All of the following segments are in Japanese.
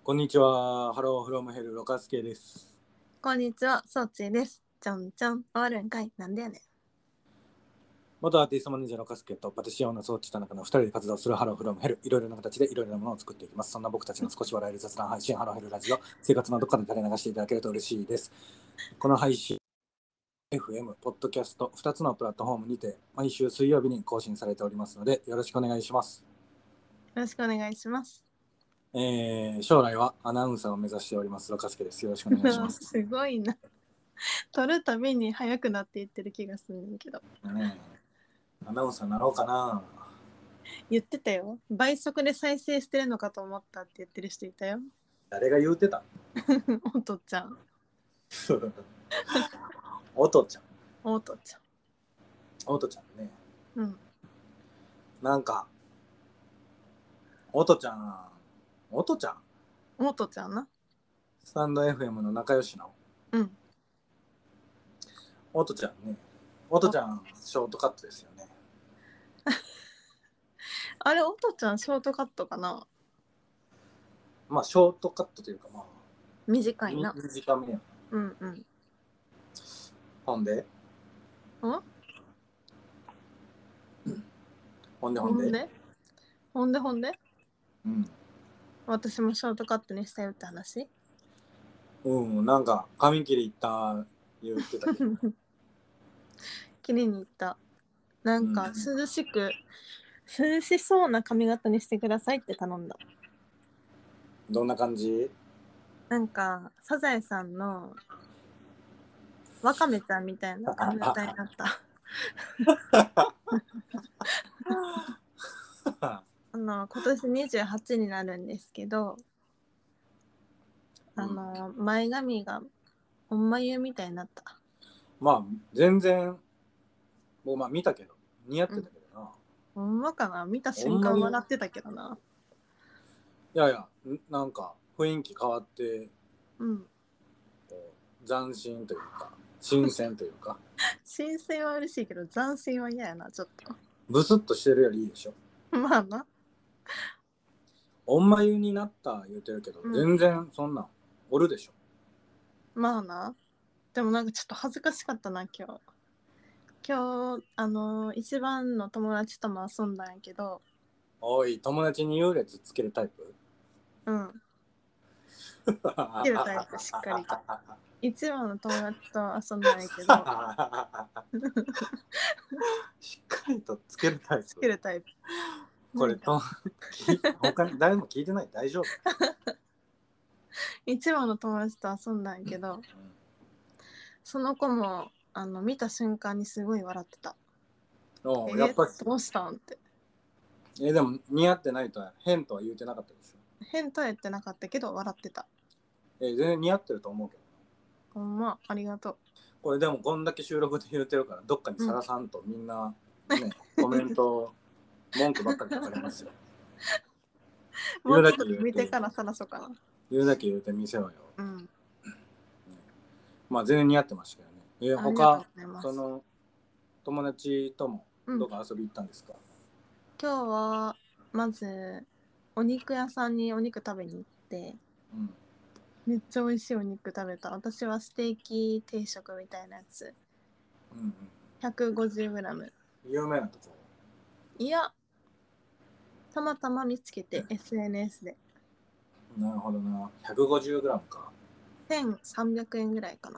こんにちは。ハローフロムヘルロカスケです。 こんにちは、ソーチーです。ちょんちょん、終わるんかい。なんでやねん。 元アーティストマネージャーロカスケとパティシエのソーチ田中の2人で活動するハローフロムヘル。いろいろな形でいろいろなものを作っていきます。そんな僕たちの少し笑える雑談配信ハローヘルラジオ。生活のどっかで垂れ流していただけると嬉しいです。この配信、FM、ポッドキャスト、2つのプラットフォームにて毎週水曜日に更新されておりますので、よろしくお願いします。 よろしくお願いします。 将来はアナウンサーを目指しておりますロカスケです。よろしくお願いします。 すごいな。撮るたびに早くなっていってる気がするんだけど。 アナウンサーになろうかな。 言ってたよ。倍速で再生してるのかと思ったって言ってる人いたよ。 誰が言うてたおとちゃん。 おとちゃん。 おとちゃん。 おとちゃんね。 うん。 なんか、おとちゃん、おとちゃんおとちゃんな。 スタンド FM の仲良しの。 うん。 おとちゃんね。おとちゃん、ショートカットですよね。 あれ、おとちゃんショートカットかな。 まあ、ショートカットというか、まあ、 短いな。 短めやな。 うんうん。 ほんでんほんでほんでうん。 私もショートカットにしたよって話。 なんか、髪切り行った言ってたけど。 切りに行った。なんか涼しそうな髪型にしてくださいって頼んだ。 どんな感じ？ なんかサザエさんのワカメちゃんみたいな髪型になった今年28になるんですけど、前髪がほんまゆみたいになった。 まあ、全然、僕まあ見たけど、似合ってたけどな。 ほんまかな。見た瞬間笑ってたけどな。 いやいや、なんか雰囲気変わって、 うん。 斬新というか、新鮮というか。 新鮮は嬉しいけど斬新は嫌やな、ちょっと。 ブスッとしてるよりいいでしょ。 まあな。 おんまゆになった言うてるけど、全然そんなんおるでしょ。 まあな。でもなんかちょっと恥ずかしかったな、今日一番の友達とも遊んだんやけど。 おい、友達に優劣つけるタイプ？ うん。つけるタイプ、しっかりと。一番の友達と遊んだんやけど。 しっかりとつけるタイプ。 つけるタイプ。 これ他に誰も聞いてない？大丈夫？ 一番の友達と遊んだんやけど、その子も見た瞬間にすごい笑ってた。 やっぱどうしたんって。 でも似合ってないと変とは言うてなかったでしょ。 変とは言ってなかったけど笑ってた。 全然似合ってると思うけど。 ほんまありがとう。 これでもこんだけ収録で言うてるからどっかにさらさんとみんなね、コメント文句ばっかり書かれますよ。 もうちょっと見てからさらそうかな。 言うだけ言うてみせようよ。 うん。 まあ全然似合ってましたけどね。他その友達ともどっか遊び行ったんですか？ 今日はまずお肉屋さんにお肉食べに行って、めっちゃ美味しいお肉食べた。私はステーキ定食みたいなやつ、150g。 有名なとこ？ いや、たまたま見つけて SNS で。 なるほどな。150g か。 1300円ぐらいかな。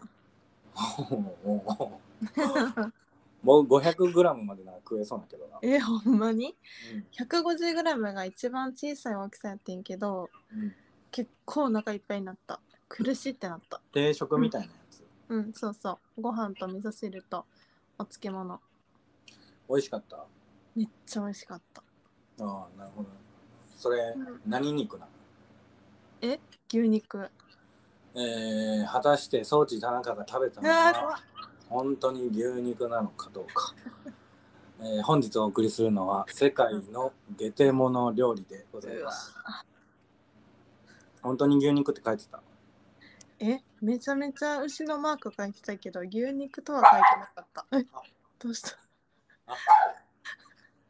もう 500g までなら食えそうだけどな。 ほんまに、150g が一番小さい大きさやってんけど、結構お腹いっぱいになった。苦しいってなった。 定食みたいなやつ。 そうそう。ご飯と味噌汁とお漬物。 美味しかった？ めっちゃ美味しかった。 ああ、なるほど。それ、何肉なの？ 牛肉。 果たして装置田中が食べたのは本当に牛肉なのかどうか。本日お送りするのは世界のゲテモノ料理でございます。本当に牛肉って書いてた？ めちゃめちゃ牛のマーク書いてたけど牛肉とは書いてなかった。どうした？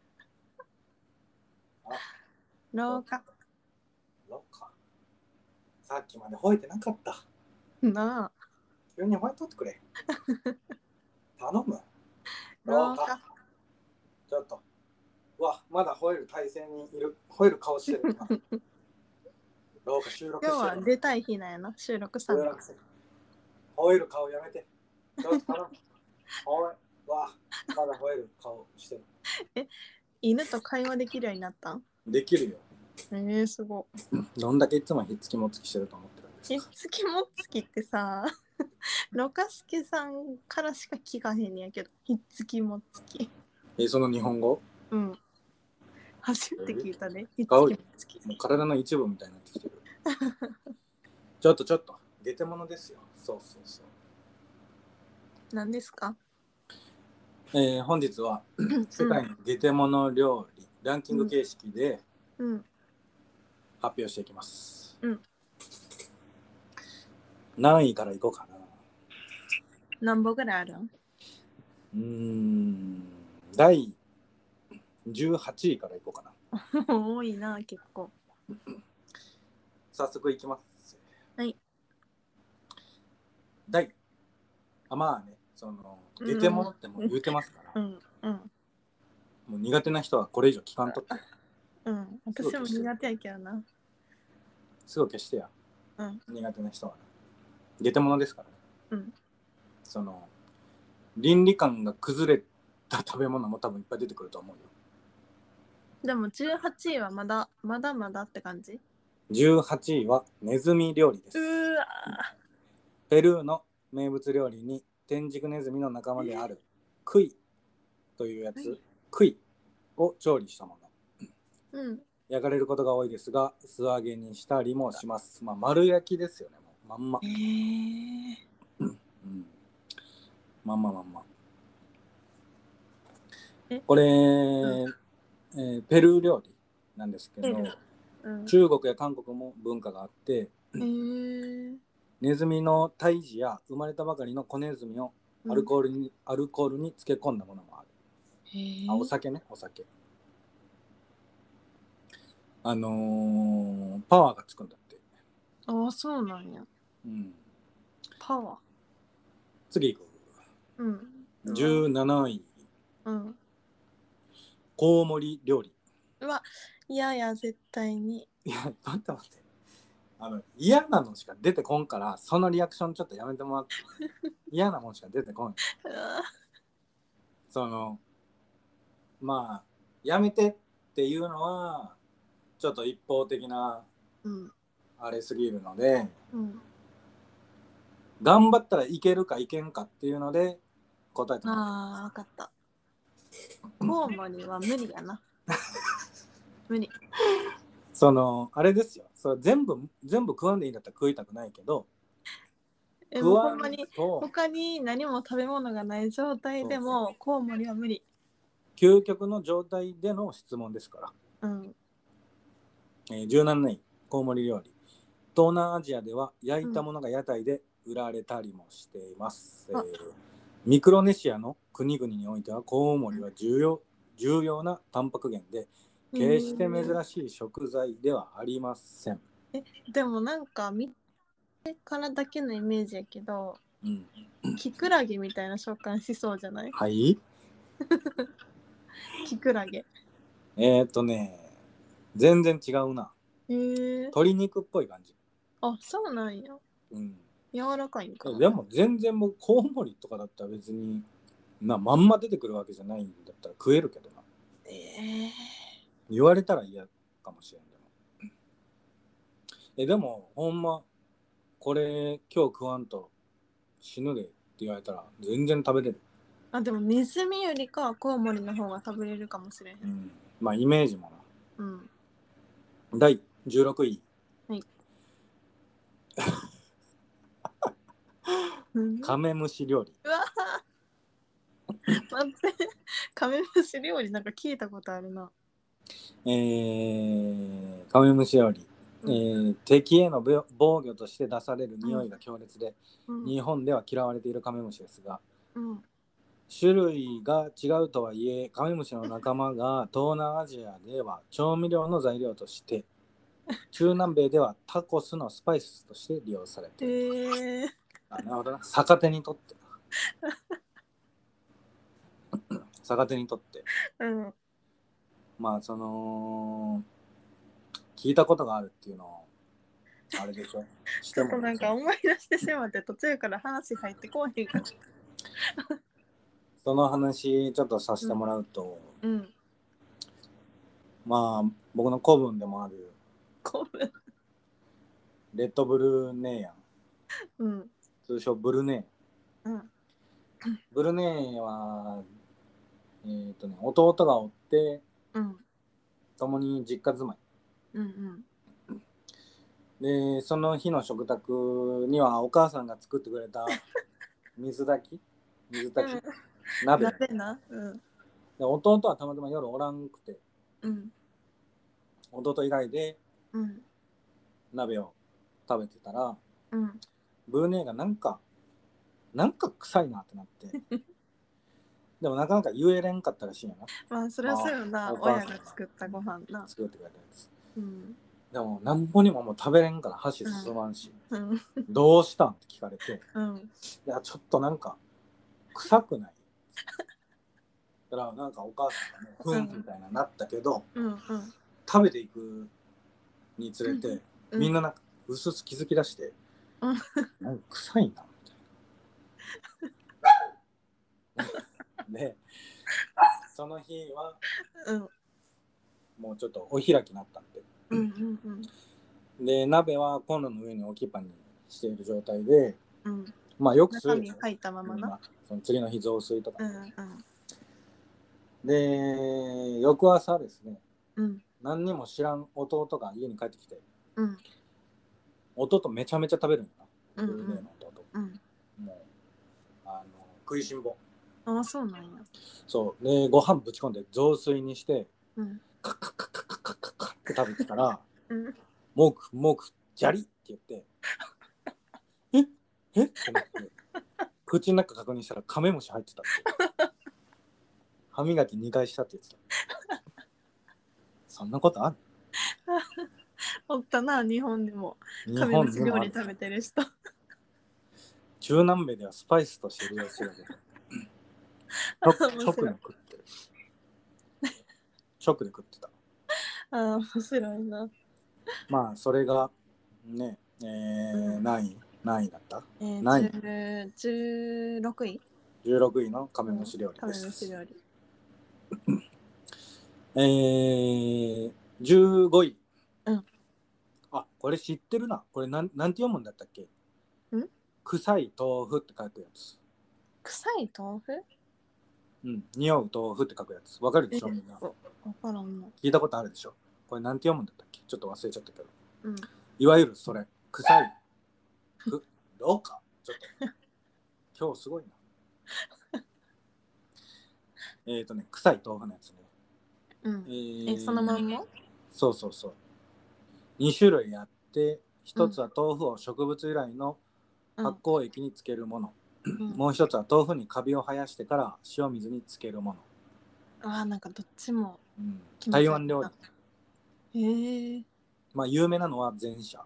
廊下。 さっきまで吠えてなかった。 なあ。 急に吠えとってくれ。頼む。 廊下。 ちょっと。うわ、まだ吠える体勢にいる。吠える顔してる。廊下収録してる。 今日は出たい日なんやな、収録参加。 吠える顔やめて。ちょっと頼む。わ、まだ吠える顔してる。 犬と会話できるようになったん？ できるよ。 すごい。どんだけいつもひっつきもっつきしてると思ってるんですか。 ひっつきもっつきってさ、ろかすけさんからしか聞かへんやけど、ひっつきもっつき。 その日本語？ うん。初めて聞いたね。ひっつきももっつき。 体の一部みたいになってきてる。ちょっと。ゲテモノですよ。そう。 何ですか？ 本日は世界のゲテモノ料理、ランキング形式で発表していきます。何位からいこうかな。 何本ぐらいあるん？第18位からいこうかな。多いな、結構。 早速いきます。 はい。 まあね、そのゲテモノってもう言うてますから、もう苦手な人はこれ以上聞かんとって。 私も苦手やけどな。 すぐ消してや。苦手な人はゲテモノですからね。その倫理観が崩れた食べ物も多分いっぱい出てくると思うよ。 でも18位はまだって感じ。 18位はネズミ料理です。ペルーの名物料理に天竺ネズミの仲間であるクイというやつ、クイを調理したもの。焼かれることが多いですが、素揚げにしたりもします。まあ丸焼きですよね、もうまんま。まんま。これ、ペルー料理なんですけど、中国や韓国も文化があって、ネズミの胎児や生まれたばかりの子ネズミをアルコールに漬け込んだものもある。お酒ね、お酒。パワーがつくんだって。 ああ、そうなんや。パワー。 次いく。17位。コウモリ料理。 うわ、いや絶対に。 いや、待って。嫌なのしか出てこんから、そのリアクションちょっとやめてもらって。嫌なもんしか出てこん。まあ、やめてっていうのは、ちょっと一方的な、あれすぎるので、頑張ったらいけるかいけんかっていうので、答えてもらってます。 分かった。コウモリは無理やな。無理。 あれですよ。全部食わんでいいんだったら食いたくないけど、 ほんまに他に何も食べ物がない状態でもコウモリは無理。 究極の状態での質問ですから。17位、コウモリ料理。東南アジアでは焼いたものが屋台で売られたりもしています。ミクロネシアの国々においてはコウモリは重要なタンパク源で、決して珍しい食材ではありません。 でもなんか見てからだけのイメージやけど、キクラゲみたいな食感しそうじゃない？ はい。 キクラゲ。 全然違うな。鶏肉っぽい感じ。 あ、そうなんや。柔らかいんかな。 でも全然もうコウモリとかだったら別にまんま出てくるわけじゃないんだったら食えるけどな。言われたら嫌かもしれん。でもほんまこれ今日食わんと死ぬでって言われたら全然食べれる。 でもネズミよりかはコウモリの方が食べれるかもしれへん。 まあイメージもな。第16位。カメムシ料理。 うわ待って、カメムシ料理なんか聞いたことあるな。 カメムシ料理。敵への防御として出される匂いが強烈で、日本では嫌われているカメムシですが、種類が違うとはいえカメムシの仲間が東南アジアでは調味料の材料として中南米ではタコスのスパイスとして利用されている。なるほどな。逆手にとって逆手にとって、 うん、 まあその聞いたことがあるっていうのをあれでしょ。 ちょっとなんか思い出してしまって途中から話入ってこへんから。 その話ちょっとさせてもらうと、 うん、 まあ僕の子分でもある古文。 レッドブルネーヤン、 うん、 通称ブルネー。 うん、 ブルネーは弟がおって、 うん、 共に実家住まい。 うん、 で、その日の食卓にはお母さんが作ってくれた水炊き鍋。 鍋な。うん。 で、弟はたまたま夜おらんくて、 うん。 弟以外でうん。 鍋を食べてたら、 うん。 ブルネーがなんか臭いなってなって、でもなかなか言えれんかったらしいんやな。 まあそれはそうよな。親が作ったご飯な。 作ってくれたやつ。 うん。 でもなんぼにももう食べれんから箸進まんし、 うん。 どうしたんって聞かれて、 うん。 いやちょっとなんか臭くない？だからなんかお母さんがね、ふんみたいななったけど、 うん。うん。 食べていくにつれて、 うん、 みんななんかうすうす気づき出して、 うん、 なんか臭いなみたいな。で、その日はもうちょっとお開きになったんで、 うんうんうん、 で鍋はコンロの上に置きっぱにしている状態で、 うん、 まあよくする中身入ったままな。 その次の日雑炊とか、 うんうんで翌朝ですね、 うん、 何にも知らん弟が家に帰ってきて、 うん、 弟めちゃめちゃ食べるんだな、 うんうん、 ブルネーの弟、 うん、 もう食いしん坊。 ああそうなんや。 そうでご飯ぶち込んで雑炊にして、 うん、 カッカッカッカッカッカッカッカッって食べてたら、 うん、 もくもくじゃりって言ってえってなって、口の中確認したらカメムシ入ってたって歯磨き2回したって言ってた。そんなことある？ おったな、日本でも日カメムシ本にもある。 料理食べてる人。 中南米ではスパイスとして利用してるわけ。直で食ってる。直で食ってた。 ああ面白いな。 まあそれがね、何位だった？何位 16位。 16位のカメムシ料理カメです。 ムシ料理。 15位。 うん。 あ、これ知ってるな。これなんて読むんだったっけ？ ん？ 臭い豆腐って書くやつ。 臭い豆腐？ うん、匂う豆腐って書くやつ。わかるでしょみんな。 わからんの。 聞いたことあるでしょ。これなんて読むんだったっけ？ちょっと忘れちゃったけど。 うん。 いわゆるそれ。臭い。どうかちょっと。今日すごいな。臭い豆腐のやつね。 うん。そのまんま？ そうそうそう。2種類あって、1つは豆腐を植物由来の発酵液につけるもの。もう1つは豆腐にカビを生やしてから塩水につけるもの。 ああ、なんかどっちも、 台湾料理。へえ。 まあ有名なのは前者。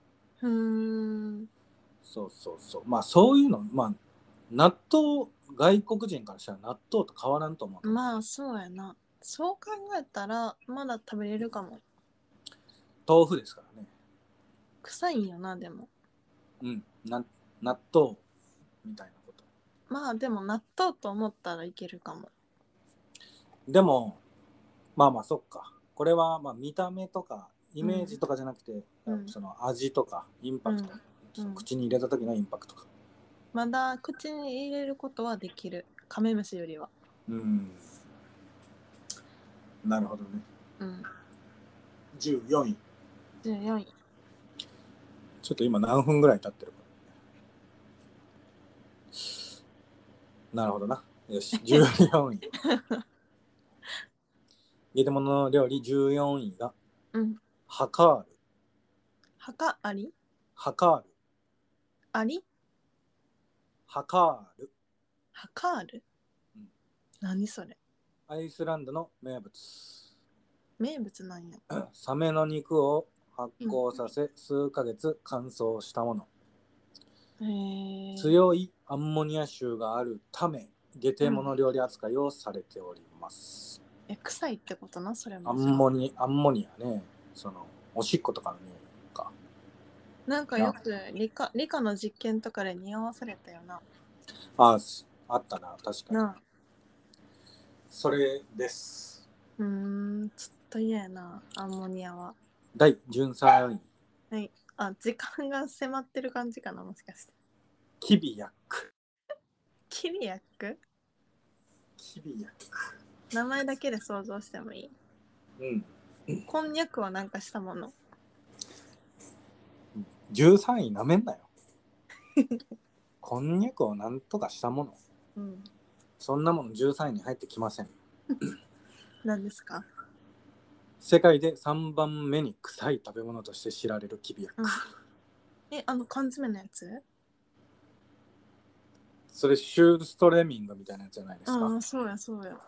そうそうそう。まあそういうの、まあ納豆、外国人からしたら納豆と変わらんと思う。 まあそうやな。そう考えたらまだ食べれるかも。 豆腐ですからね。 臭いんよな、でも。 納豆みたいなこと。 まあでも納豆と思ったらいけるかも。 でもまあそっか。これはまあ見た目とかイメージとかじゃなくて、その味とかインパクト、口に入れた時のインパクトか。 まだ口に入れることはできる。カメムシよりは。 なるほどね。14位。 14位。 ちょっと今何分ぐらい経ってるか。なるほどな。よし、14位。ゲテモノの料理14位が、ハカール。 ハカアリ？ ハカール。 アリ？ ハカール。 ハカール？何それ？ アイスランドの名物。 名物なんや。 サメの肉を発酵させ、数ヶ月乾燥したもの。 へえ。 強いアンモニア臭があるため下手物料理扱いをされております。 臭いってことな、それも。 アンモニアね、そのおしっことかの匂いか。 なんかよく理科の実験とかで匂わされたよな。 あったな、確かに。 なあ。 それです。 ちょっと嫌やな、アンモニアは。 第13位。 はい。時間が迫ってる感じかな、もしかして。 キビヤック。 キビヤック？ キビヤック。 名前だけで想像してもいい？こんにゃくはなんかしたもの。 13位なめんなよ。こんにゃくをなんとかしたもの。そんなもの13位に入ってきません。 何ですか？ 世界で3番目に臭い食べ物として知られるキビヤック。 缶詰のやつ？ それシューストレミングみたいなやつじゃないですか。 そうやそうや。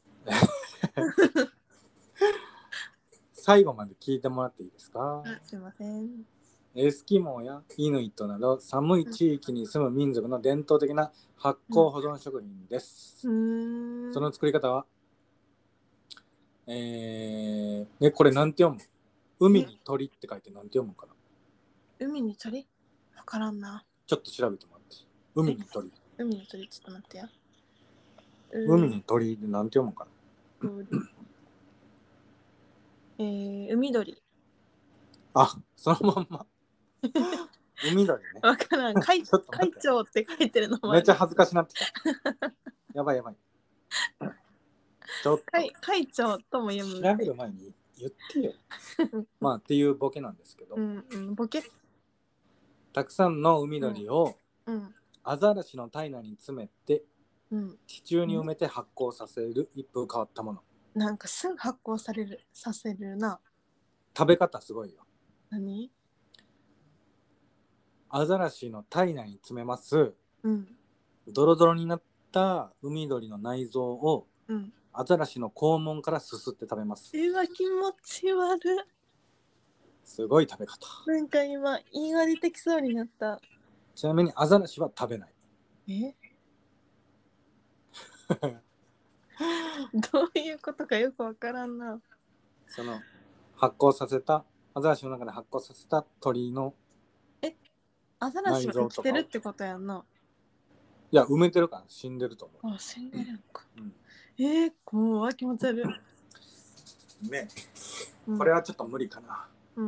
最後まで聞いてもらっていいですか？ すいません。 エスキモーやイヌイットなど寒い地域に住む民族の伝統的な発酵保存食品です。その作り方は、これなんて読む？海に鳥って書いてなんて読むかな？ 海に鳥？わからんな。 ちょっと調べてもらって。海に鳥。 海に鳥、ちょっと待ってや。 海に鳥でなんて読むかな？ 海鳥。 あ、そのまんま。海鳥ね。 わからん。会長って書いてるのもある。 めっちゃ恥ずかしなってきた。やばい。ちょっと会長とも読む。 調べる前に言ってよ。まあっていうボケなんですけど、 ボケ？ たくさんの海鳥をアザラシの体内に詰めて地中に埋めて発酵させる一風変わったもの。 なんかすぐ発酵させるな。 食べ方すごいよ。 何？ アザラシの体内に詰めます、ドロドロになった海鳥の内臓を、アザラシの肛門からすすって食べます。 うわ、気持ち悪い。 すごい食べ方。 なんか今言いがりできそうになった。 ちなみにアザラシは食べない。 どういうことかよくわからんな。 その発酵させたアザラシの中で発酵させた鳥のアザラシは生きてるってことやんな。 いや、埋めてるから死んでると思う。 死んでるんか。怖い、気持ち悪い。 ね、これはちょっと無理かな。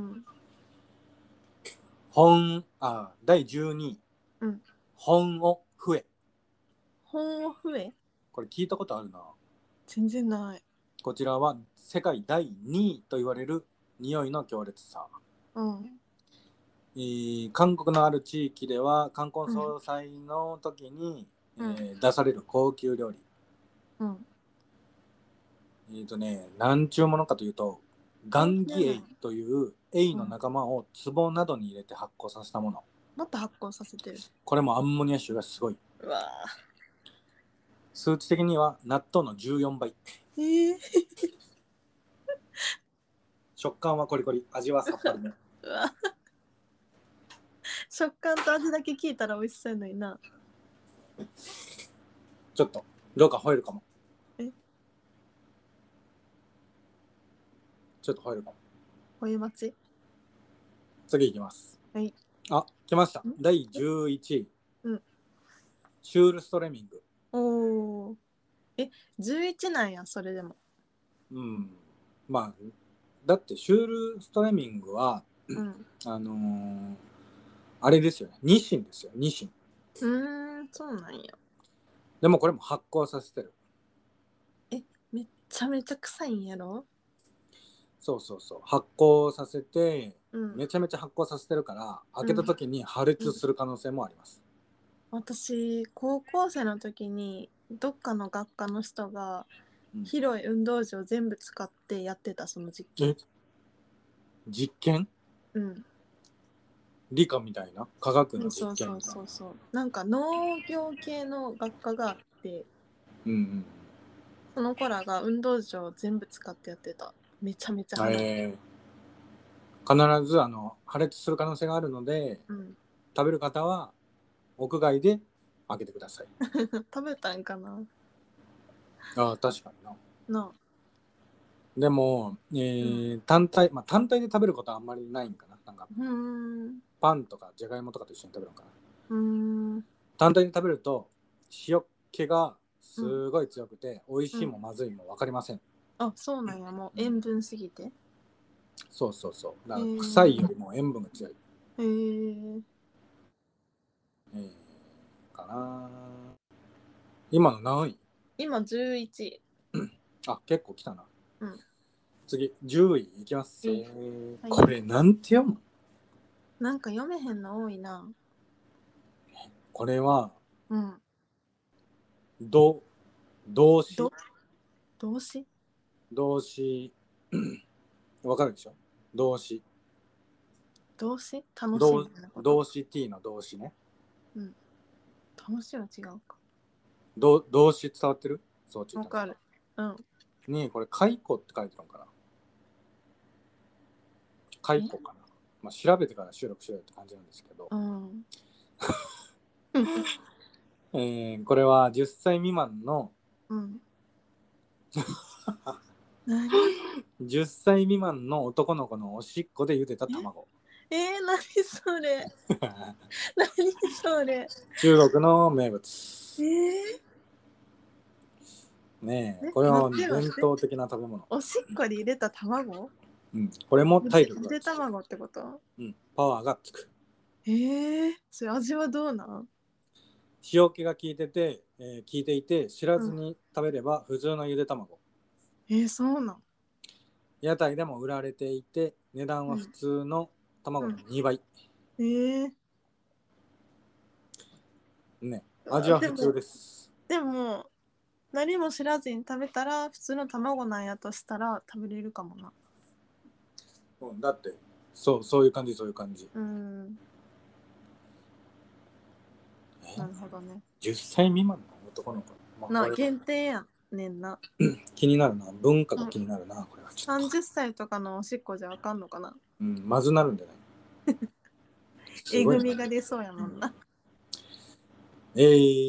第12位。本を増え。 本を増え？ これ聞いたことあるな。 全然ない。 こちらは世界第2位と言われる匂いの強烈さ。韓国のある地域では冠婚葬祭の時に、出される高級料理。何ちゅうものかというとガンギエイというエイの仲間を壺などに入れて発酵させたもの。 もっと発酵させてる。これもアンモニア臭がすごい。 うわ、 数値的には納豆の14倍。食感はコリコリ、味はさっぱりめ。 うわ、食感と味だけ聞いたら美味しそうやのにな。 ちょっとどうか吠えるかも。ちょっと吠えるかも。 吠え待ち。 次いきます。 はい。 来ました。第11位。シュールストレミング。 11なんや、それでも。 まあだってシュールストレミングは、あれですよね。ニシンですよ。ニシン。 そうなんや。 でもこれも発酵させてる。 めっちゃめちゃ臭いんやろ？ そう。発酵させて、めちゃめちゃ発酵させてるから、開けた時に破裂する可能性もあります。 私、高校生の時にどっかの学科の人が広い運動場全部使ってやってた、その実験。 実験？理科みたいな科学の実験みたいな。 そう。なんか農業系の学科があって、その子らが運動場全部使ってやってた。めちゃめちゃ肌。 必ず破裂する可能性があるので、食べる方は屋外で開けてください。 食べたんかな。 あ、確かにな。 でも、単体で食べることはあんまりないんかな。なんかパンとかじゃがいもとかと一緒に食べるのかな。単体で食べると塩気がすごい強くて、美味しいもまずいも分かりません。 あ、そうなんや。もう塩分すぎて。 そうそうそう。だから臭いよりも塩分が強い。かな。今の何位？ 今11位。 あ、結構来たな。次10位いきます。これなんて読む？ なんか読めへんの多いな。 これは動詞。動詞わかるでしょ？動詞。 動詞？楽しいみたいなこと。 動詞 T の動詞ね。 楽しいは違うか。 動詞伝わってる？そうわかる。 にこれ解雇って書いてるのかな。解雇かな。まあ調べてから収録しろよって感じなんですけど。これは10歳未満の何 ？10歳未満の男の子のおしっこで茹でた卵。 何それ何それ。 中国の名物。ねえ、これは伝統的な食べ物。 おしっこで茹でた卵？ これも体力がつく。 ゆで卵ってこと？ パワーがつく。 それ味はどうなん？ 塩気が効いていて知らずに食べれば普通のゆで卵。 そうなん？ 屋台でも売られていて値段は普通の卵の2倍。ね、味は普通です。 でも何も知らずに食べたら普通の卵なんやとしたら食べれるかもな。 だってそういう感じ。 なるほどね。 10歳未満の男の子、 限定やねんな。 気になるな。文化が気になるな。これはちょっと30歳とかのおしっこじゃあかんのかな。 まずなるんじゃない？ えぐみが出そうやもんな。 第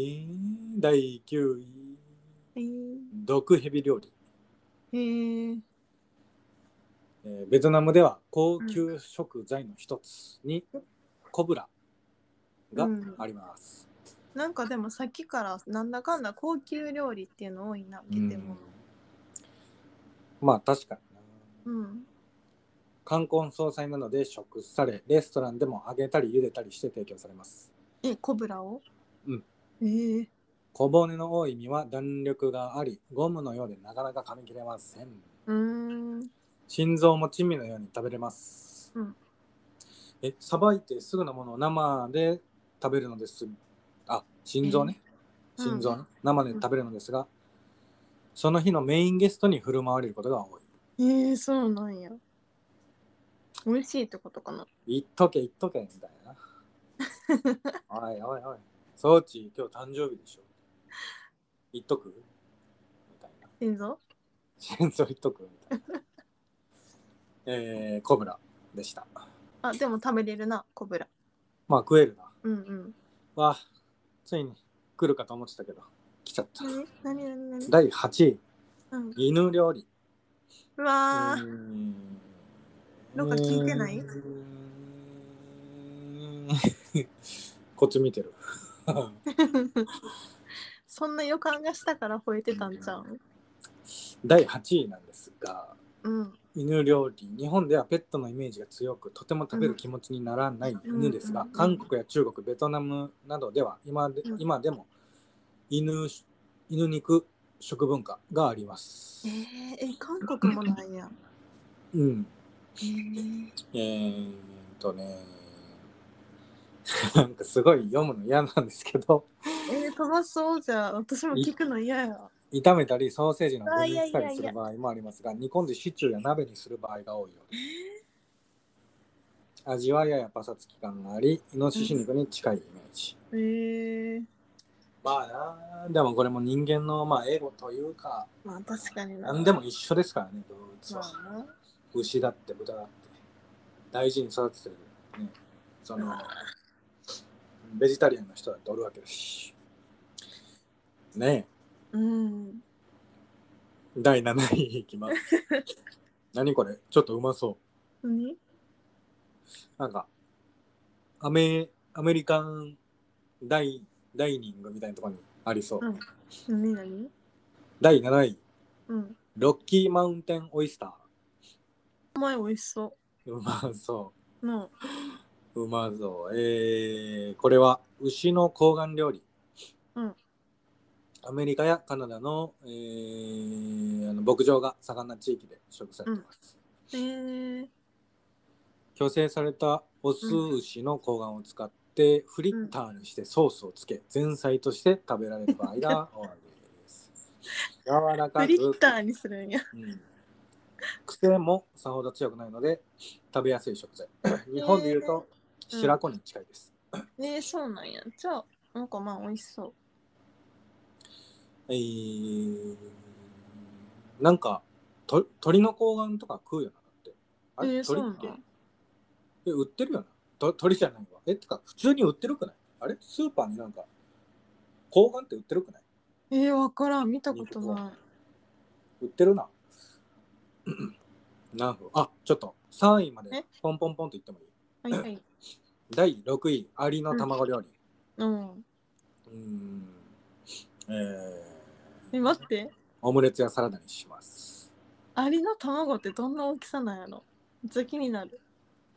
9位、毒蛇料理。ベトナムでは高級食材の一つにコブラがあります。 なんかでもさっきからなんだかんだ高級料理っていうの多いな、見ても。 まあ確かにな。冠婚葬祭などで食され、レストランでも揚げたり茹でたりして提供されます。 コブラを？ 小骨の多い身は弾力があり、ゴムのようでなかなか噛み切れません。心臓も珍味のように食べれます。さばいてすぐのものを生で食べるのです。心臓ね。生で食べるのですが、その日のメインゲストに振る舞われることが多い。そうなんや。美味しいってことかな。 言っとけみたいな。おい。装置今日誕生日でしょ。言っとくみたいな。心臓言っとくみたいな。コブラでした。 でも食べれるな、コブラ。 まあ食えるな。ついに来るかと思ってたけど来ちゃった。 何第8位、犬料理。 うわなんか聞いてない？ こっち見てる。 そんな予感がしたから吠えてたんちゃう？ 第8位なんですが、犬料理。日本ではペットのイメージが強くとても食べる気持ちにならない犬ですが、韓国や中国、ベトナムなどでは今でも犬肉食文化があります。 韓国もなんや。 なんかすごい読むの嫌なんですけど。 飛ばそうじゃ。私も聞くの嫌や。 炒めたりソーセージの具にしたりする場合もありますが、煮込んでシチューや鍋にする場合が多いようです。味はややパサつき感があり、イノシシ肉に近いイメージ。まあな、でもこれも人間のエゴというか、 確かにな。 何でも一緒ですからね、動物は。牛だって豚だって。 大事に育ててる、ね、そのベジタリアンの人だっておるわけだしねえ。第7位いきます何これちょっとうまそう。 何？ なんかアメリカンダイニングみたいなところにありそう。 何？ 第7位、ロッキーマウンテンオイスター。 前美味しそう。 うまそう。 うまそう。これは牛の睾丸料理。アメリカやカナダの、牧場が盛んな地域で食されています。矯正されたオス牛の睾丸を使ってフリッターにしてソースをつけ、前菜として食べられる場合が多いです。柔らかく。 フリッターにするんや。 癖もさほど強くないので食べやすい食材。日本でいうと白子に近いです。 そうなんや。じゃあなんかまあ美味しそう。 なんか鳥の睾丸とか食うよなって。あれ、鳥っけ？売ってるよな。鳥じゃないわ。てか普通に売ってるくない？あれスーパーになんか睾丸って売ってるくない？ わからん。見たことない。 売ってるな。何分？あ、ちょっと3位までポンポンポンと言ってもいい？はいはい。第6位、アリの卵料理。 待って。 オムレツやサラダにします。 アリの卵ってどんな大きさなんやろ？めっちゃ気になる。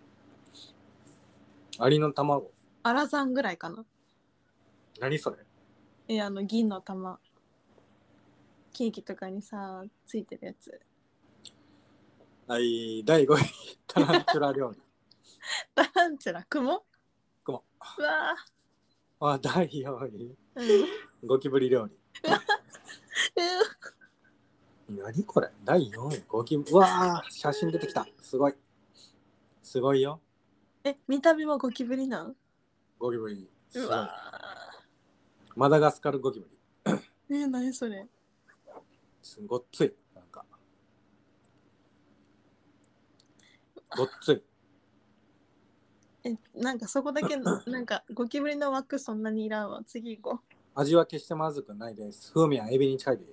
アリの卵。 アラザンぐらいかな。 何それ？ 銀の玉。ケーキとかにさ、ついてるやつ。 はい、第5位、タランチュラ料理。 タランチュラ、雲。 うわあ、 第4位、ゴキブリ料理。何これ？第4位、ゴキブリ。うわー、写真出てきた。すごい。すごいよ。 見た目はゴキブリなん？ ゴキブリ。すごい。 うわマダガスカルゴキブリ。何それ？ ごっつい。なんか。ごっつい。 なんかそこだけなんかゴキブリの枠そんなにいらんわ。次行こう。 味は決してまずくないです。風味はエビに近いです。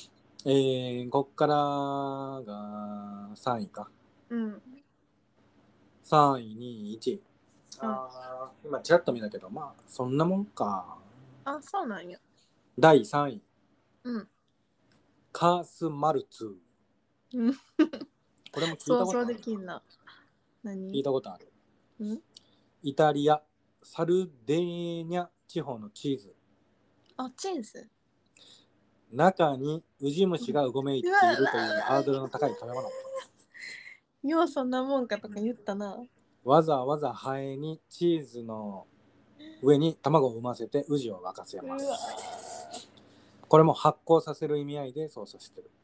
こっからが3位か。3位、2位、1位。今ちらっと見たけど、まあそんなもんか。 あ、そうなんや。 第3位。カースマルツ。これも聞いたことある。 想像できんな。 聞いたことある。イタリアサルデーニャ地方のチーズ。 あ、チーズ。 中にウジ虫がうごめいているというハードルの高い食べ物。 ようそんなもんかとか言ったな。 わざわざハエにチーズの上に卵を産ませてウジを沸かせます。これも発酵させる意味合いで操作してる。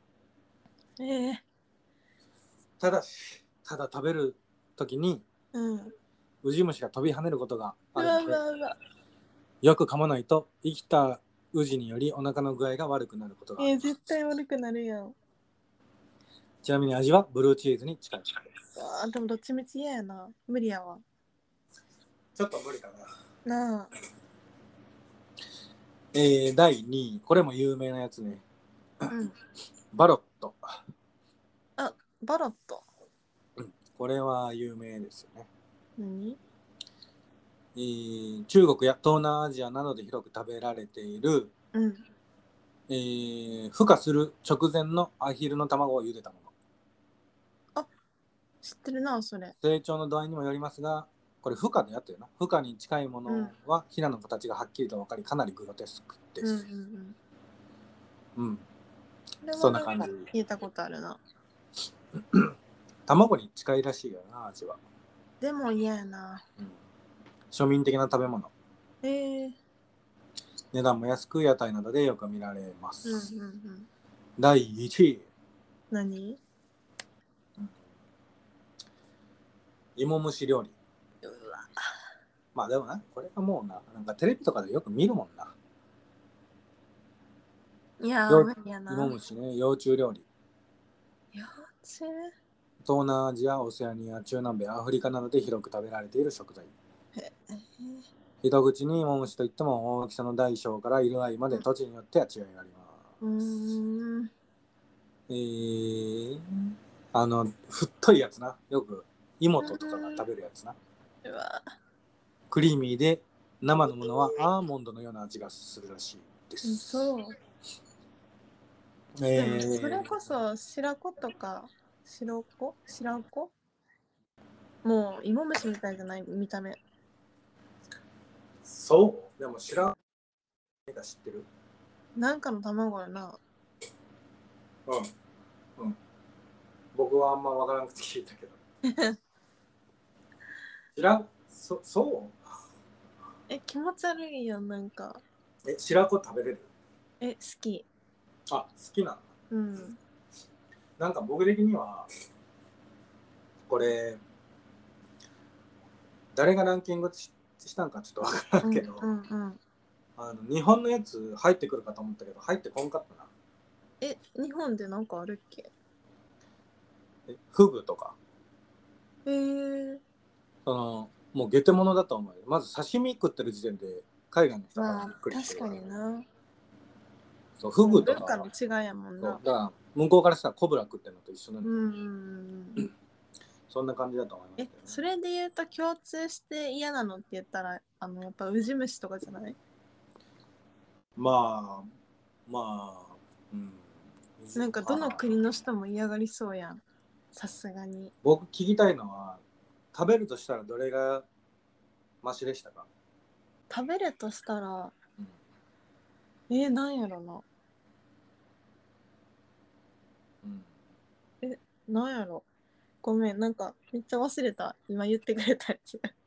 ただ食べるときに、ウジ虫が飛び跳ねることがあるので、よく噛まないと生きたウジによりお腹の具合が悪くなることがあります。 絶対悪くなるやん。 ちなみに味はブルーチーズに近いです。 でもどっちみち嫌やな。無理やわ。 ちょっと無理かな。なあ。 第2位、これも有名なやつね。バロット。 あ、バロット。 これは有名ですよね。 何？ 中国や東南アジアなどで広く食べられている、孵化する直前のアヒルの卵を茹でたもの。 あ、知ってるな、それ。 成長の度合いにもよりますが、これ孵化でやってるな。孵化に近いものはヒナの形がはっきりと分かり、かなりグロテスクです。そんな感じ。 聞いたことあるな。 卵に近いらしいよな、味は。 でも嫌やな。 庶民的な食べ物。値段も安く屋台などでよく見られます。第1位。 何？ 芋蒸し料理。まあでもな、これはもうなんかテレビとかでよく見るもんな。 いやー、無理やな。 芋蒸しね、幼虫料理。 幼虫？ 東南アジア、オセアニア、中南米、アフリカなどで広く食べられている食材。一口に芋虫といっても大きさの大小から色合いまで土地によっては違いがあります。太いやつな。よく妹とかが食べるやつな。 うわ。 クリーミーで生のものはアーモンドのような味がするらしいです。 そう。でもそれこそ白子とか白子もう芋虫みたいじゃない見た目。 そうでも知らんか知ってるなんかの卵やな。 うん僕はあんま分からなくて聞いたけど知らんそう気持ち悪いやんなんか。 白子食べれる？ 好き。 好きなの？ うん。 なんか僕的にはこれ誰がランキングしたんかちょっと分からんけど、日本のやつ入ってくるかと思ったけど入ってこんかったな。 日本でなんかあるっけ？ フグとか。 もうゲテモノだと思うよ。まず刺身食ってる時点で海外の人がびっくりしてる。 確かにな。 そうフグとか文化の違いやもんな。 だから向こうからしたらコブラ食ってるのと一緒なんで、そんな感じだと思いますけどね。 それで言うと共通して嫌なのって言ったらやっぱウジ虫とかじゃない？ まあ、 なんかどの国の人も嫌がりそうやん。さすがに。 僕聞きたいのは食べるとしたらどれがマシでしたか？ 食べるとしたら、なんやろな。なんやろ。ごめん、なんかめっちゃ忘れた。今言ってくれたやつ。 や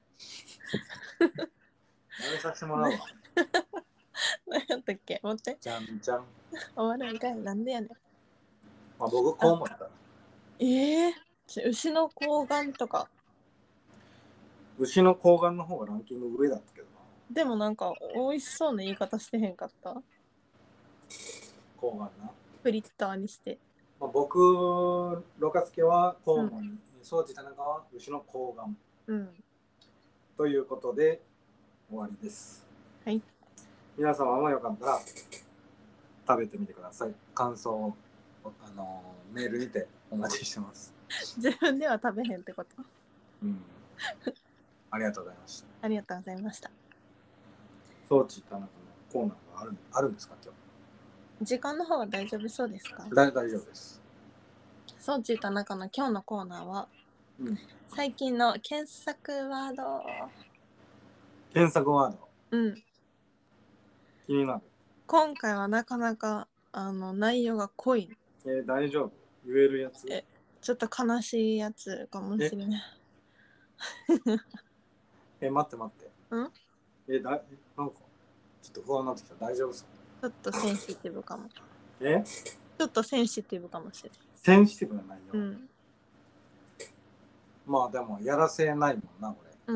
めさせてもらうわ。 何やったっけ？待って。 じゃんじゃん。 終わるんかい。なんでやねん。 僕こう思った。 牛の睾丸とか。 牛の睾丸の方がランキング上だったけどな。 でもなんか美味しそうな言い方してへんかった？ 睾丸な。 フリッターにして。 僕、ロカスケはコウモリ、庄司田中は牛の睾丸。ということで終わりです。 はい。 皆様もよかったら食べてみてください。感想をメールにてお待ちしてます。 自分では食べへんってこと？ ありがとうございました。 ありがとうございました。 庄司田中のコーナーはあるんですか今日？ 時間の方は大丈夫そうですか？ 大丈夫です。 庄司田中の今日のコーナーは、最近の検索ワード。 検索ワード。気になる。 今回はなかなか内容が濃い。 大丈夫？言えるやつ？ ちょっと悲しいやつかもしれない。 待って。なんかちょっと不安になってきた。大丈夫ですか？ ちょっとセンシティブかも。 ちょっとセンシティブかもしれない。 センシティブな内容？まあでもやらせないもんなこれ。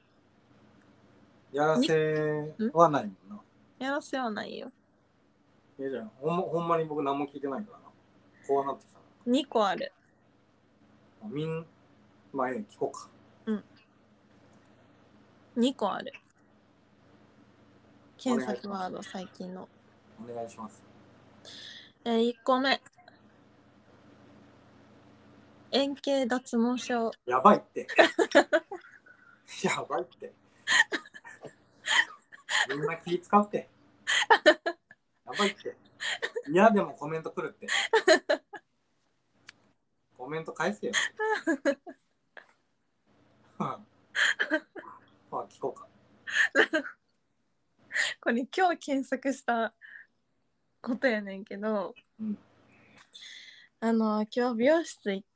やらせはないもんな。 やらせはないよ。 じゃあほんまに僕何も聞いてないからな。こうなってきたな。 2個ある。 まあ聞こうか。 2個ある。検索ワード最近の。 お願いします。 1個目。円形脱毛症。 やばいって。やばいって。みんな気使って。やばいって。いやでもコメント来るって。コメント返せよ。まあ聞こうか。 これ今日検索したことやねんけど、今日美容室行って、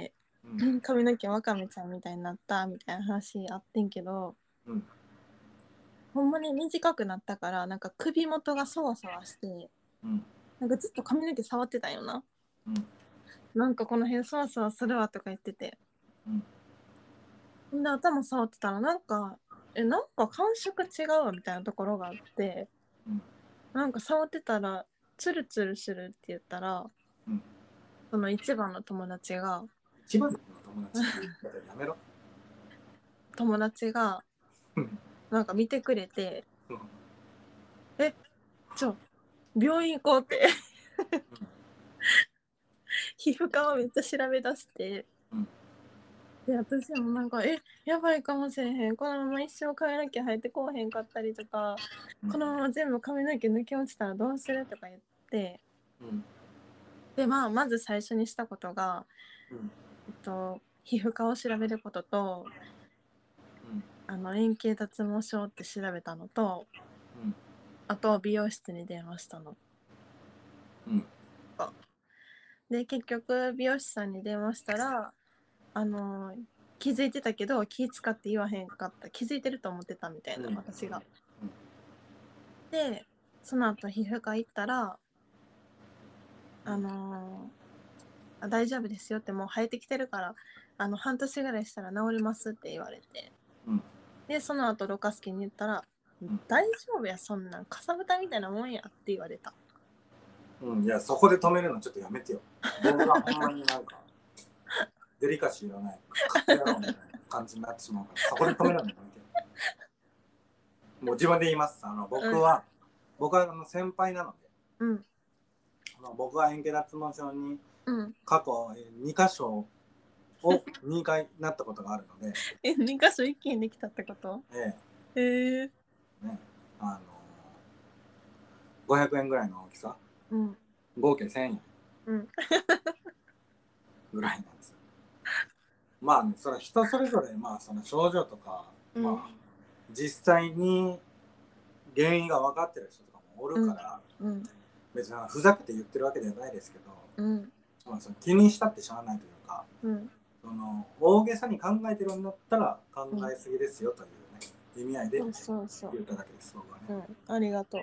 髪の毛わかめちゃんみたいになったみたいな話あってんけど、ほんまに短くなったからなんか首元がそわそわして、なんかずっと髪の毛触ってたんよな。なんかこの辺そわそわするわとか言ってて、で頭触ってたらなんか感触違うわみたいなところがあって、なんか触ってたらツルツルするって言ったら、その一番の友達が一番の友達って言ったらやめろ。 友達がなんか見てくれて病院行こうって皮膚科をめっちゃ調べ出して、で私もなんかやばいかもしれへん、このまま一生髪の毛生えてこうへんかったりとか、このまま全部髪の毛抜け落ちたらどうするとか言って、でまず最初にしたことが、皮膚科を調べることと、円形脱毛症って調べたのと、あと美容室に電話したの。で結局美容師さんに電話したら気づいてたけど気使って言わへんかった、気づいてると思ってたみたいな、私が。でその後皮膚科行ったら大丈夫ですよって、もう生えてきてるから半年ぐらいしたら治りますって言われて、でその後ろ過助に言ったら、大丈夫や、そんなんかさぶたみたいなもんやって言われた。 いやそこで止めるのちょっとやめてよ。僕はほんまになんかデリカシーのないみたいな感じになってしまうから、そこで止めるのやめてよ。もう自分で言います。僕は先輩なので、僕は円形脱毛症に過去2箇所を2回なったことがあるので 2箇所一気にできたってこと？ね、 500円ぐらいの大きさ、合計1000円、ぐらいなんですよ。まあね、それは人それぞれ、その症状とか、実際に原因が分かってる人とかもおるから、別にふざけて言ってるわけではないですけど、その気にしたってしゃあないというか、その大げさに考えてるんだったら考えすぎですよというね、意味合いで言っただけです、僕はね。 ありがとう。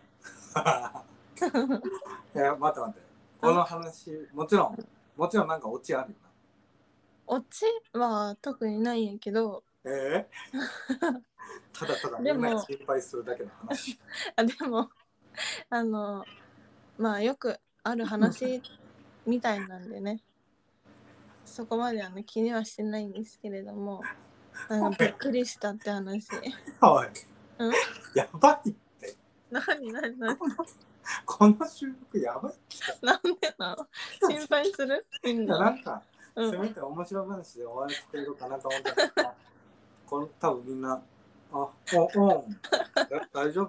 いや、待って。この話、もちろんなんかオチあるよな。 オチは特にないんやけど。 ただただみんなが心配するだけの話。 でもよくある話みたいなんでね、そこまで気にはしてないんですけれども、びっくりしたって話。 おい、やばいって。 何この収録やばいって。 なんでなの？心配する？みんな。 なんか、せめて面白い話で終わらせてるかなと思ったら、多分みんな、大丈夫。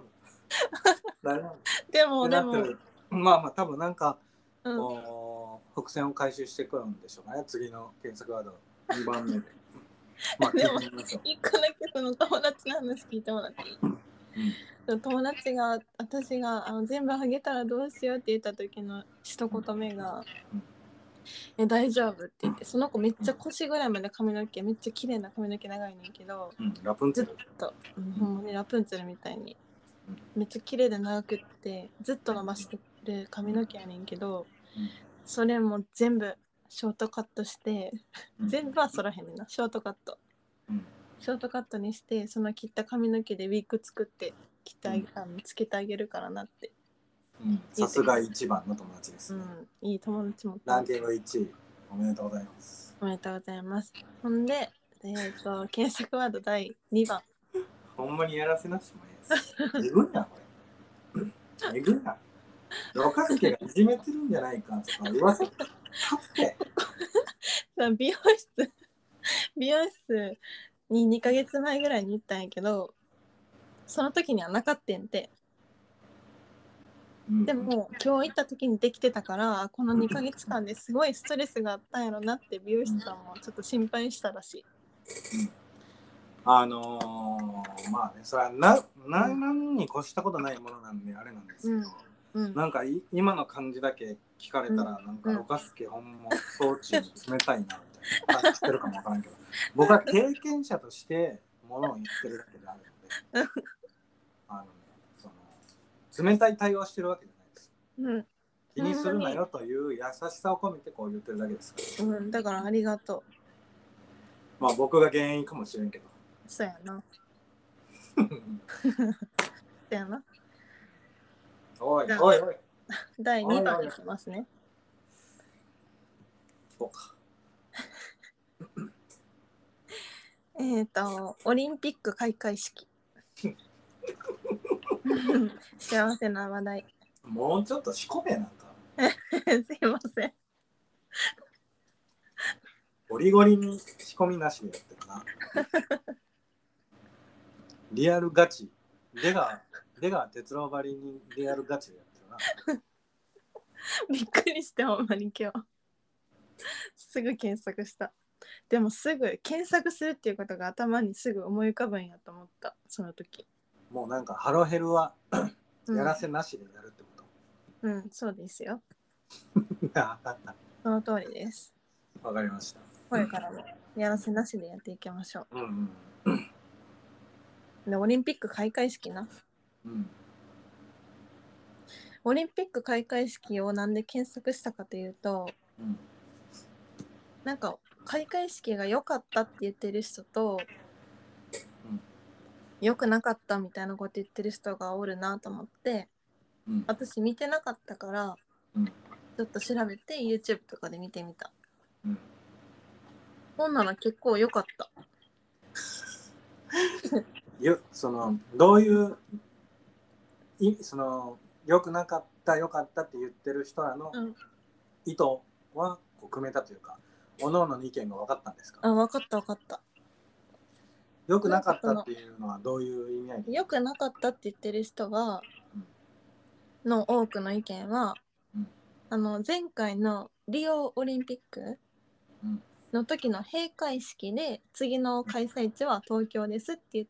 でも多分なんか、伏線を回収してくるんでしょうね、次の検索ワード2番目で。 でも一個だけその友達の話聞いてもらっていい？友達が私が全部ハゲたらどうしようって言った時の一言目が大丈夫って言って、その子めっちゃ腰ぐらいまで髪の毛めっちゃ綺麗な髪の毛長いねんけど、 ラプンツェルずっと、ほんまにラプンツェルみたいにめっちゃ綺麗で長くってずっと伸ばしてる髪の毛やねんけど、それも全部ショートカットして、全部はそらへんねんな、ショートカットにして、その切った髪の毛でウィッグ作ってつけてあげるからなって。 さすが一番の友達ですね。 いい友達も。 ランキング1位おめでとうございます。 おめでとうございます。ほんで検索ワード第2番。 ほんまにやらせなしもいいです。えぐいなこれ。えぐいな。若槻がいじめてるんじゃないかとか噂立って美容室に2ヶ月前ぐらいに行ったんやけど、その時にはなかったんて。でも今日行った時にできてたから、この2ヶ月間ですごいストレスがあったんやろなって美容師さんもちょっと心配したらしい。 それは何に越したことないものなんであれなんですけど、なんか今の感じだけ聞かれたら、なんか若槻ほんま装置に冷たいなみたいな感じしてるかもわからんけど、僕は経験者としてものを言ってるだけであるので冷たい対応してるわけじゃないです。気にするなよという優しさを込めてこう言ってるだけですから。 だからありがとう。 僕が原因かもしれんけど。 そうやな。そうやな。 おい。 第2番いきますね。 そうか。 オリンピック開会式。幸せな話題。 もうちょっと仕込めなんか。 すいません。 ゴリゴリに仕込みなしでやってるな。リアルガチ。出川哲朗ばりにリアルガチでやってるな。 びっくりしてほんまに今日。すぐ検索した。でもすぐ検索するっていうことが頭にすぐ思い浮かぶんやと思った、その時。 もうなんかハロヘルはやらせなしでやるってこと。 うん、そうですよ。その通りです。 わかりました。 これからもやらせなしでやっていきましょう。 うんうん。 で、オリンピック開会式な。 うん。 オリンピック開会式をなんで検索したかというと、 うん、 なんか開会式が良かったって言ってる人と、良くなかったみたいなこと言ってる人がおるなと思って、 うん、 私見てなかったから、 うん、 ちょっと調べて YouTube とかで見てみた。 うん。 ほんなら結構良かった。 どういう良くなかった良かったって言ってる人らの意図はこう組めたというか、各々の意見が分かったんですか？ 分かった分かった。 良くなかったっていうのはどういう意味合いで？ 良くなかったって言ってる人が、の多くの意見は、前回のリオオリンピックの時の閉会式で次の開催地は東京ですって言って、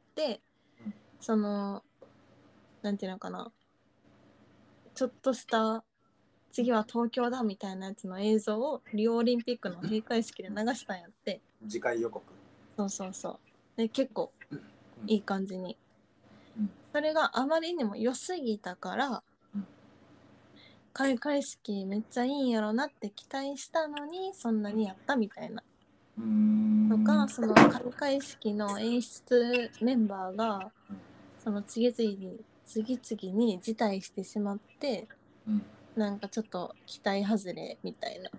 なんていうのかな、ちょっとした次は東京だみたいなやつの映像をリオオリンピックの閉会式で流したんやって。 次回予告。 そうそうそう。で結構いい感じに、それがあまりにも良すぎたから、開会式めっちゃいいんやろなって期待したのにそんなにやったみたいなとか、その開会式の演出メンバーが次々に辞退してしまって、なんかちょっと期待外れみたいな。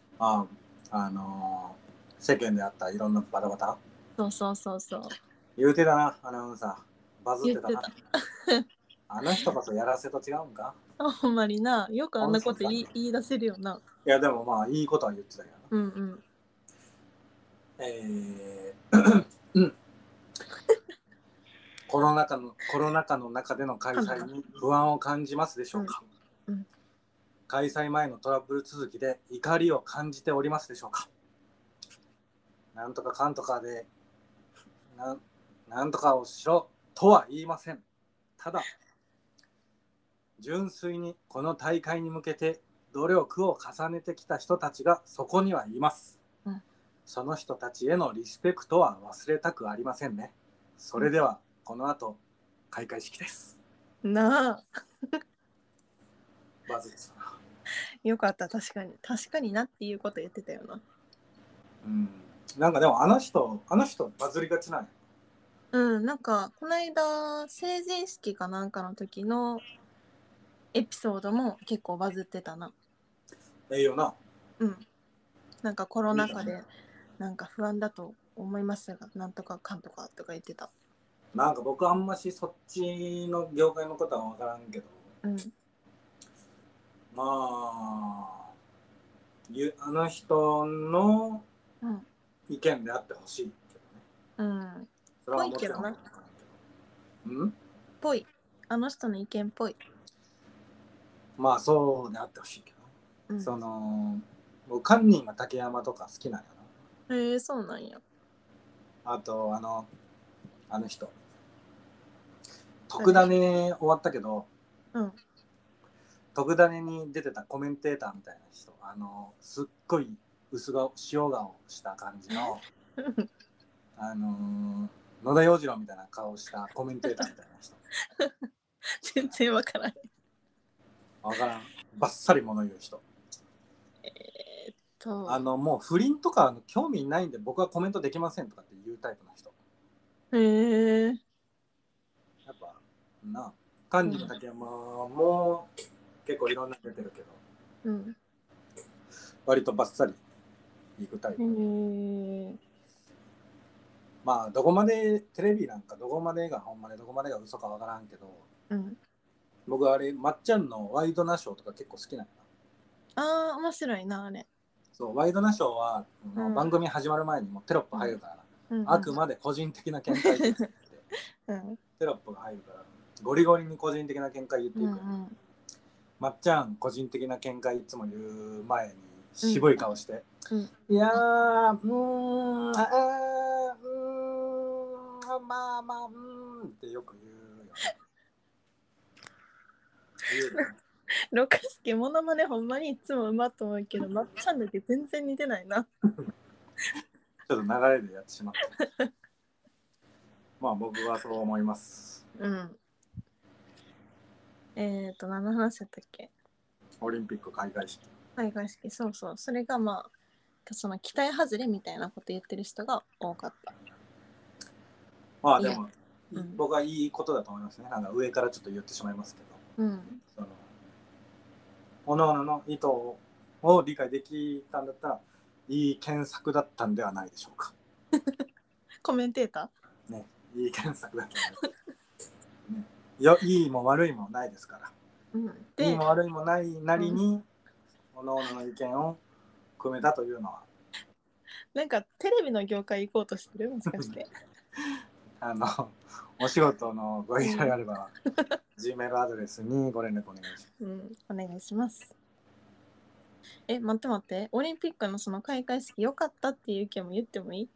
世間であったいろんなバタバタ。 そうそうそうそう。 言うてたな、アナウンサー。バズってたな。 言ってた。 あの人こそやらせと違うんか。 ほんまにな、よくあんなこと言い出せるよな。 いやでもまあいいことは言ってたけどな。 うんうん。 コロナ禍の中での開催に不安を感じますでしょうか？開催前のトラブル続きで怒りを感じておりますでしょうか？なんとかかんとかでなんとかをしろとは言いません。ただ純粋にこの大会に向けて努力を重ねてきた人たちがそこにはいます。その人たちへのリスペクトは忘れたくありませんね。それではこの後開会式です。 なあ。 バズですな。 よかった、確かになっていうこと言ってたよな。 なんかでもあの人バズりがちなんや。 なんかこの間成人式かなんかの時のエピソードも結構バズってたな。 いいよな。 なんかコロナ禍でなんか不安だと思いますが、なんとかかんとかとか言ってた。 なんか僕あんましそっちの業界のことは分からんけど、まああの人の意見であってほしいけどね。それはもちろん分からんけど。 ぽい。あの人の意見っぽい。 まあそうであってほしいけど、僕カンニンが竹山とか好きなんやな。そうなんや。 あとあの人特ダネ終わったけど、特ダネに出てたコメンテーターみたいな人、すっごい塩顔した感じの野田洋次郎みたいな顔したコメンテーターみたいな人。 全然わからん。 わからん。バッサリ物言う人。もう不倫とか興味ないんで僕はコメントできませんとかっていうタイプの人。やっぱな、カンニング竹山も結構いろんな出てるけど、割とバッサリ行くタイプ。まあどこまでテレビなんかどこまでがほんまでどこまでが嘘かわからんけど、うん、僕あれまっちゃんのワイドナショーとか結構好きなんだ。 ああ面白いなあれ。 そうワイドナショーは、番組始まる前にもテロップ入るから、あくまで個人的な見解ですって、テロップが入るからゴリゴリに個人的な見解言っていく、まっちゃん個人的な見解いつも言う前に渋い顔して、いやーまあまあってよく言うよね。 ロカスケモノマネほんまにいつもうまっと思うけど、まっちゃんだけ全然似てないな。 ちょっと流れでやってしまった。まあ僕はそう思います。 何の話だったっけ？ オリンピック開会式。 開会式、そうそう。それがまあその期待外れみたいなこと言ってる人が多かった。 まあでも、僕はいいことだと思いますね。なんか上からちょっと言ってしまいますけど、その各々の意図を理解できたんだったらいい検索だったんではないでしょうか。 コメンテーターね、いい検索だったんで、ね、いいも悪いもないですから、いいも悪いもないなりに、各々の意見を組めたというのはなんかテレビの業界行こうとしてる？もしかしてお仕事のご依頼があれば、Gmail アドレスにご連絡お願いします。 お願いします。待って。オリンピックのその開会式良かったっていう意見も言ってもいい？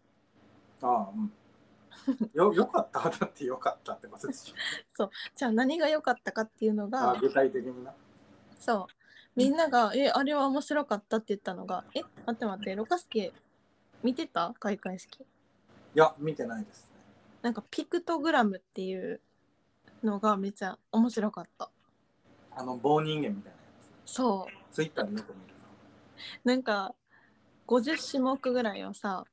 よかっただってよかったってことですよ。 そう。じゃあ何が良かったかっていうのが、 具体的にな。 そう。みんなが、あれは面白かったって言ったのが、待って、ロカスケ見てた？開会式。いや、見てないですね。 なんかピクトグラムっていうのがめっちゃ面白かった。 棒人間みたいなやつ。そう。 ツイッターでよく見るな。なんか50種目ぐらいをさ、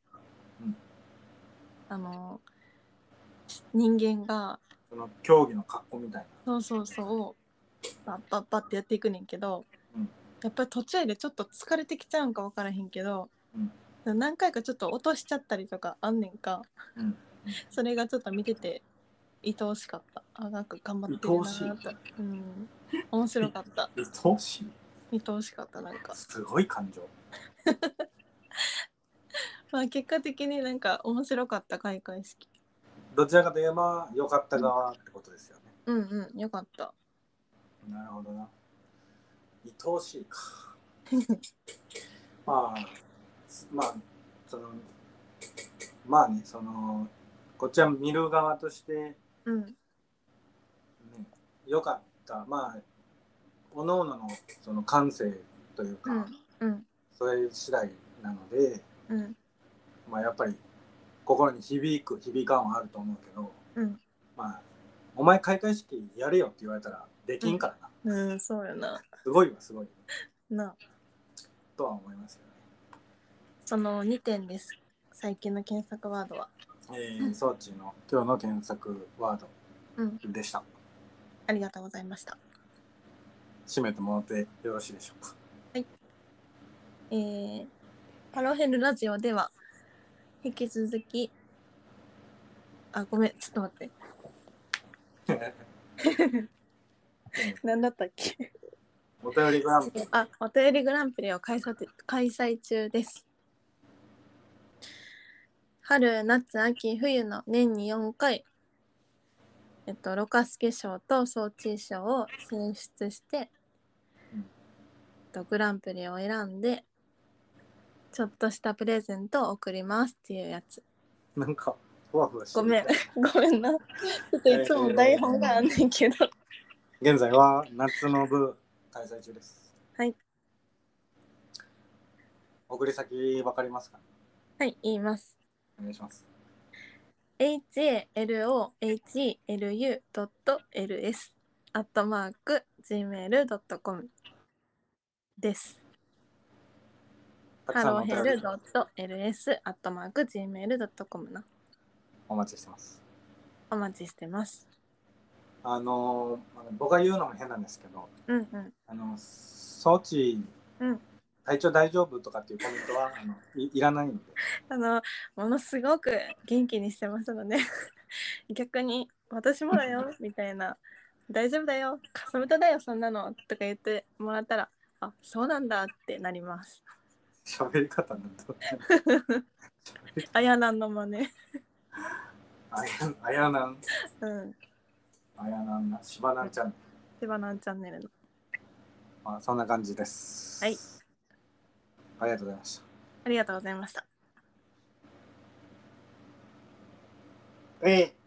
人間がその競技の格好みたいな。そうバッってやっていくねんけど、やっぱり途中でちょっと疲れてきちゃうんか分からへんけど、何回かちょっと落としちゃったりとかあんねんか、それがちょっと見てて愛おしかった。なんか頑張ってるなと。面白かった。 愛おしい？ 愛おしかった。なんかすごい感情。 まあ結果的になんか面白かった開会式。 どちらかといえば良かった側ってことですよね。 良かった。 なるほどな。愛おしいか。まあこっちは見る側として、良かった。まあ各々のその感性というか、それ次第なので、まあやっぱり心に響かんはあると思うけど、まあお前開会式やれよって言われたらできんからな。そうやな。 すごいわすごいなとは思いますよね。 その2点です。最近の検索ワードは。 ソーチの今日の検索ワードでした。 ありがとうございました。 締めてもらってよろしいでしょうか。 はい。ハローヘルラジオでは引き続き、ごめん、ちょっと待って。何だったっけ？ お便りグランプリ。 お便りグランプリを開催中です。春、夏、秋、冬の年に4回、ロカスケ賞とソーチー賞を選出して、グランプリを選んで、ちょっとしたプレゼントを送りますっていうやつ。 なんかふわふわしてる。 ごめんな。ちょっといつも台本があんねんけど。 現在は夏の部開催中です。 はい。 送り先わかりますか？ はい、言います。 お願いします。 halohelu.ls@gmail.com です。halohel.ls@gmail.com な。 お待ちしてます。 お待ちしてます。 僕が言うのも変なんですけど、ソチ大体調大丈夫とかっていうコメントはいらないので。 ものすごく元気にしてますので逆に私もだよみたいな大丈夫だよかさぶただよそんなのとか言ってもらったらあそうなんだってなります。 喋り方なんだあやなんの真似あやなんうんあやなんなしばなんチャンネルしばなんチャンネルのそんな感じです。 はい、 ありがとうございました。 ありがとうございました。